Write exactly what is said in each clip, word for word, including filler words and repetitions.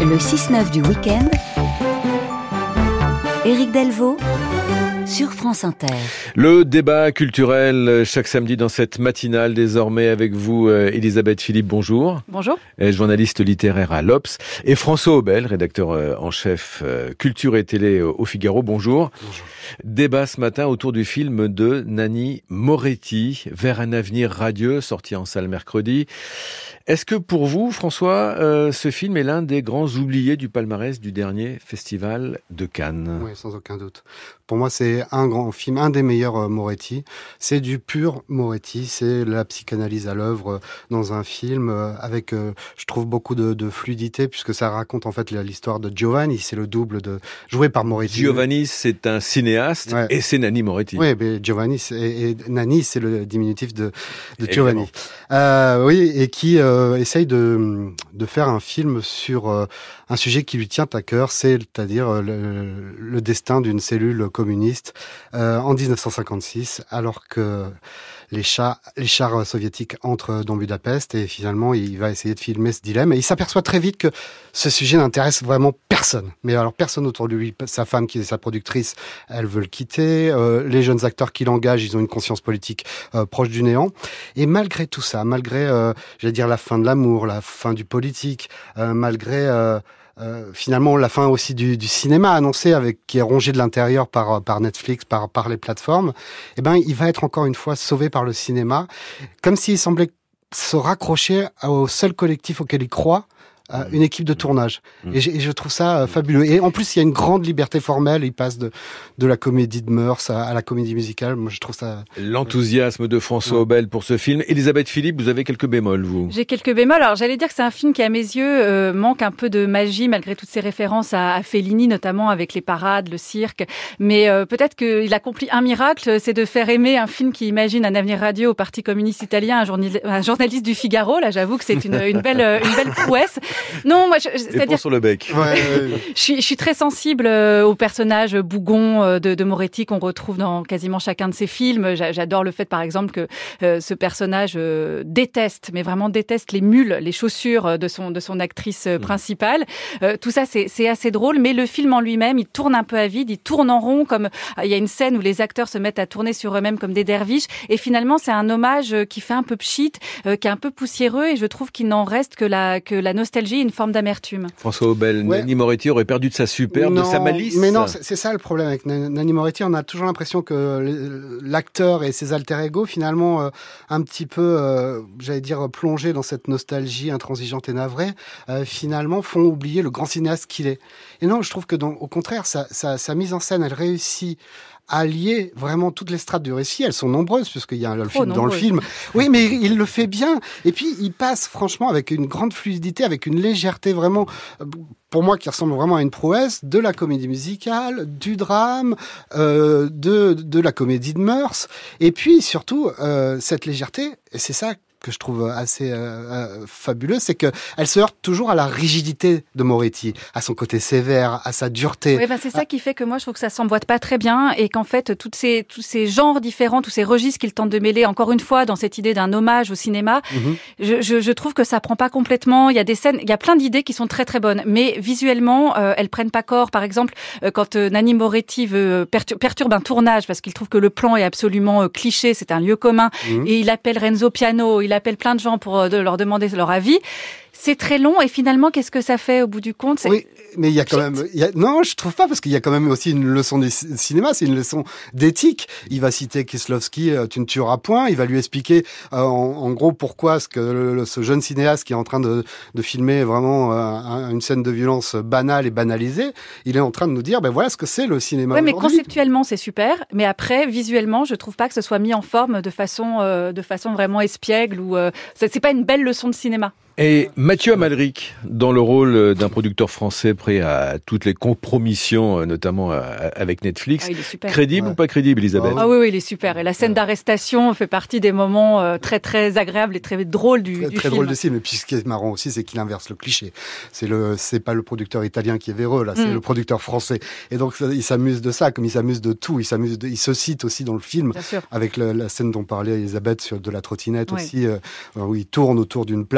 Le six neuf du week-end, Éric Delvaux sur France Inter. Le débat culturel chaque samedi dans cette matinale, désormais avec vous, Elisabeth Philippe, bonjour. Bonjour. Journaliste littéraire à l'Obs. Et François Aubel, rédacteur en chef culture et télé au Figaro, bonjour. Bonjour. Débat ce matin autour du film de Nanni Moretti, Vers un avenir radieux, sorti en salle mercredi. Est-ce que pour vous, François, euh, ce film est l'un des grands oubliés du palmarès du dernier festival de Cannes? Oui, sans aucun doute. Pour moi, c'est un grand film, un des meilleurs euh, Moretti. C'est du pur Moretti, c'est la psychanalyse à l'œuvre euh, dans un film euh, avec, euh, je trouve, beaucoup de, de fluidité, puisque ça raconte en fait l'histoire de Giovanni, c'est le double de joué par Moretti. Giovanni, c'est un cinéaste, ouais. Et c'est Nanni Moretti. Oui, mais Giovanni c'est, et Nanni, c'est le diminutif de, de Giovanni. Euh, oui, et qui euh, essaye de, de faire un film sur euh, un sujet qui lui tient à cœur, c'est-à-dire le, le destin d'une cellule communiste euh, en dix-neuf cent cinquante-six, alors que les, chars, les chars soviétiques entrent dans Budapest, et finalement il va essayer de filmer ce dilemme, et il s'aperçoit très vite que ce sujet n'intéresse vraiment personne. Mais alors personne autour de lui, sa femme qui est sa productrice, elle veut le quitter, euh, les jeunes acteurs qu'il engage, ils ont une conscience politique euh, proche du néant, et malgré tout ça, malgré, euh, j'allais dire, la fin de l'amour, la fin du politique, euh, malgré... Euh, Euh, finalement la fin aussi du, du cinéma annoncé, avec qui est rongé de l'intérieur par par Netflix, par par les plateformes, eh ben il va être encore une fois sauvé par le cinéma, comme s'il semblait se raccrocher au seul collectif auquel il croit. Euh, une équipe de tournage. Mmh. Et, et je trouve ça euh, fabuleux. Et en plus, il y a une grande liberté formelle. Il passe de, de la comédie de mœurs à, à la comédie musicale. Moi, je trouve ça... L'enthousiasme de François Aubel pour ce film. Elisabeth Philippe, vous avez quelques bémols, vous? J'ai quelques bémols. Alors, j'allais dire que c'est un film qui, à mes yeux, euh, manque un peu de magie, malgré toutes ces références à, à Fellini, notamment avec les parades, le cirque. Mais euh, peut-être qu'il accomplit un miracle, c'est de faire aimer un film qui imagine un avenir radieux au Parti communiste italien, un, journal, un journaliste du Figaro. Là, j'avoue que c'est une, une, belle, une belle prouesse. Non, moi, je, c'est-à-dire sur le bec. Ouais, ouais, ouais. je, suis, je suis très sensible euh, au personnage bougon euh, de, de Moretti qu'on retrouve dans quasiment chacun de ses films. J'a, j'adore le fait, par exemple, que euh, ce personnage euh, déteste, mais vraiment déteste les mules, les chaussures de son de son actrice euh, principale. Euh, tout ça, c'est, c'est assez drôle, mais le film en lui-même, il tourne un peu à vide, il tourne en rond. Comme euh, il y a une scène où les acteurs se mettent à tourner sur eux-mêmes comme des derviches, et finalement, c'est un hommage euh, qui fait un peu pchit, euh, qui est un peu poussiéreux, et je trouve qu'il n'en reste que la que la nostalgie, une forme d'amertume. François Aubel, ouais. Nanni Moretti aurait perdu de sa superbe, non, de sa malice. Mais non, c'est, c'est ça le problème avec Nanni Moretti. On a toujours l'impression que l'acteur et ses alter ego, finalement, euh, un petit peu, euh, j'allais dire, plongés dans cette nostalgie intransigeante et navrée, euh, finalement, font oublier le grand cinéaste qu'il est. Et non, je trouve que, dans, au contraire, sa, sa, sa mise en scène, elle réussit à lier vraiment toutes les strates du récit. Elles sont nombreuses, puisqu'il y a le film dans le film. Oui, mais il le fait bien. Et puis, il passe, franchement, avec une grande fluidité, avec une légèreté vraiment, pour moi, qui ressemble vraiment à une prouesse, de la comédie musicale, du drame, euh, de, de la comédie de mœurs. Et puis, surtout, euh, cette légèreté, et c'est ça que je trouve assez euh, fabuleux, c'est que elle se heurte toujours à la rigidité de Moretti, à son côté sévère, à sa dureté. Oui, ben c'est ça qui fait que moi je trouve que ça s'emboîte pas très bien, et qu'en fait toutes ces tous ces genres différents, tous ces registres qu'il tente de mêler, encore une fois dans cette idée d'un hommage au cinéma, mm-hmm. je, je je trouve que ça prend pas complètement. Il y a des scènes, il y a plein d'idées qui sont très très bonnes, mais visuellement euh, elles prennent pas corps. Par exemple, euh, quand euh, Nanni Moretti veut pertur- perturbe un tournage parce qu'il trouve que le plan est absolument euh, cliché, c'est un lieu commun, mm-hmm. et il appelle Renzo Piano, il appelle plein de gens pour euh, de leur demander leur avis. C'est très long, et finalement, qu'est-ce que ça fait au bout du compte? C'est... Oui, mais il y a quand même... Il y a, non, je trouve pas, parce qu'il y a quand même aussi une leçon de cinéma, c'est une leçon d'éthique. Il va citer Kieslowski, euh, tu ne tueras point. Il va lui expliquer, euh, en, en gros, pourquoi ce, que le, ce jeune cinéaste qui est en train de, de filmer vraiment euh, une scène de violence banale et banalisée, il est en train de nous dire, ben voilà ce que c'est le cinéma oui, mais aujourd'hui. Conceptuellement, c'est super, mais après, visuellement, je trouve pas que ce soit mis en forme de façon, euh, de façon vraiment espiègle, ou euh, c'est, c'est pas une belle leçon de cinéma. Et Mathieu Amalric, dans le rôle d'un producteur français prêt à toutes les compromissions, notamment avec Netflix. Ah, il est super. Crédible ouais. ou pas crédible, Elisabeth? Ah oui, oui, il est super. Et la scène d'arrestation fait partie des moments très, très agréables et très drôles du, très, du très film. Très drôle de film. Et puis, ce qui est marrant aussi, c'est qu'il inverse le cliché. C'est le, c'est pas le producteur italien qui est véreux, là. C'est mm. le producteur français. Et donc, il s'amuse de ça, comme il s'amuse de tout. Il s'amuse de, il se cite aussi dans le film. Avec le, la scène dont parlait Elisabeth sur de la trottinette oui. aussi, euh, où il tourne autour d'une place,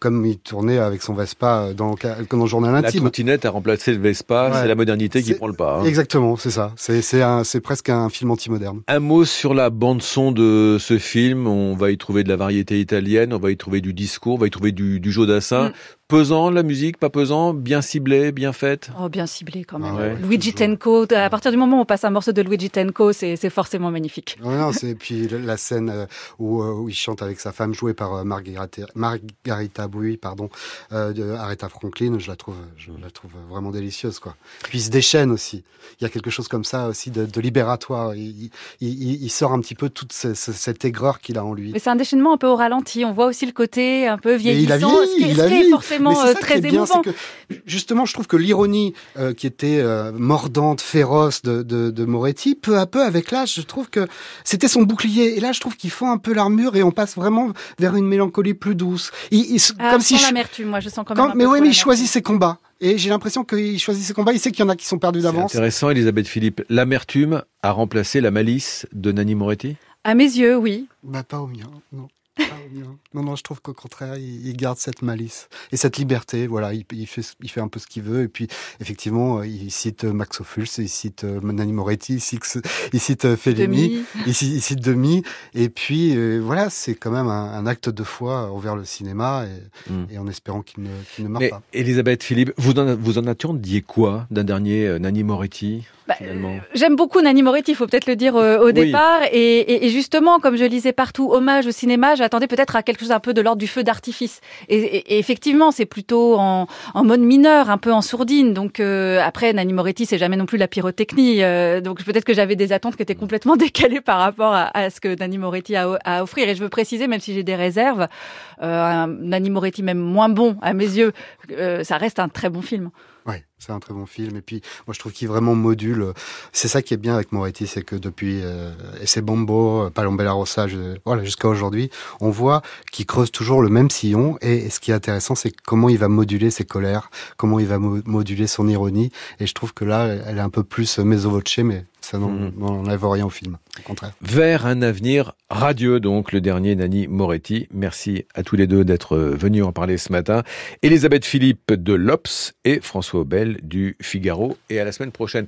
comme il tournait avec son Vespa dans, dans le journal intime. La trottinette a remplacé le Vespa, ouais. C'est la modernité qui c'est, prend le pas. Hein. Exactement, c'est ça. C'est, c'est, un, c'est presque un film anti-moderne. Un mot sur la bande-son de ce film. On va y trouver de la variété italienne, on va y trouver du discours, on va y trouver du, du Jodassin. Mm. Pesant, la musique, pas pesant, bien ciblé, bien faite. Oh, bien ciblé quand même. Ah ouais, Luigi Tenco, à partir du moment où on passe un morceau de Luigi Tenco, c'est, c'est forcément magnifique. Ouais, non, c'est, puis la scène où, où il chante avec sa femme, jouée par Margarita, Margarita Bui, pardon, euh, de Aretha Franklin, je la trouve, je la trouve vraiment délicieuse, quoi. Puis il se déchaîne aussi. Il y a quelque chose comme ça aussi de, de libératoire. Il, il, il sort un petit peu toute ce, ce, cette aigreur qu'il a en lui. Mais c'est un déchaînement un peu au ralenti. On voit aussi le côté un peu vieillissant, il a vieilli, ce qui est, il a ce qui est forcément c'est très bien, émouvant. Que, justement, je trouve que l'ironie euh, qui était euh, mordante, féroce de, de, de Moretti, peu à peu, avec l'âge, je trouve que c'était son bouclier. Et là, je trouve qu'il fend un peu l'armure et on passe vraiment vers une mélancolie plus douce. Il, il, ah, comme si l'amertume, moi, je sens quand même. Quand, un mais peu oui, mais il l'amertume. choisit ses combats. Et j'ai l'impression qu'il choisit ses combats. Il sait qu'il y en a qui sont perdus d'avance. C'est intéressant, Elisabeth Philippe. L'amertume a remplacé la malice de Nanni Moretti ? À mes yeux, oui. Bah, pas au mien, non. Non, non, je trouve qu'au contraire, il, il garde cette malice et cette liberté. Voilà, il, il, fait, il fait un peu ce qu'il veut. Et puis, effectivement, il cite Max Ophuls, il cite Nanni Moretti, il cite, il cite Fellini, il, il cite Demy. Et puis, euh, voilà, c'est quand même un, un acte de foi envers le cinéma et, mm. et en espérant qu'il ne, qu'il ne meure Mais pas. Elisabeth Philippe, vous en, vous en attendiez quoi d'un dernier euh, Nanni Moretti ? Bah, j'aime beaucoup Nanni Moretti, il faut peut-être le dire euh, au oui. départ. Et, et, et justement, comme je lisais partout, hommage au cinéma, j'attendais peut-être à quelque chose un peu de l'ordre du feu d'artifice. Et, et, et effectivement, c'est plutôt en, en mode mineur, un peu en sourdine. Donc euh, après, Nanni Moretti, c'est jamais non plus la pyrotechnie. Euh, donc peut-être que j'avais des attentes qui étaient complètement décalées par rapport à, à ce que Nanni Moretti a à offrir. Et je veux préciser, même si j'ai des réserves, euh, un Nanni Moretti même moins bon à mes yeux, euh, ça reste un très bon film. Ouais, c'est un très bon film. Et puis, moi, je trouve qu'il vraiment module. C'est ça qui est bien avec Moretti, c'est que depuis euh, et c'est Bombo, Palombella Rossa, je, voilà, jusqu'à aujourd'hui, on voit qu'il creuse toujours le même sillon. Et, et ce qui est intéressant, c'est comment il va moduler ses colères, comment il va mo- moduler son ironie. Et je trouve que là, elle est un peu plus mezzo voce, mais ça n'enlève mmh. rien au film, au contraire. Vers un avenir radieux, donc, le dernier Nanni Moretti. Merci à tous les deux d'être venus en parler ce matin. Elisabeth Philippe de l'Obs et François Aubel du Figaro. Et à la semaine prochaine.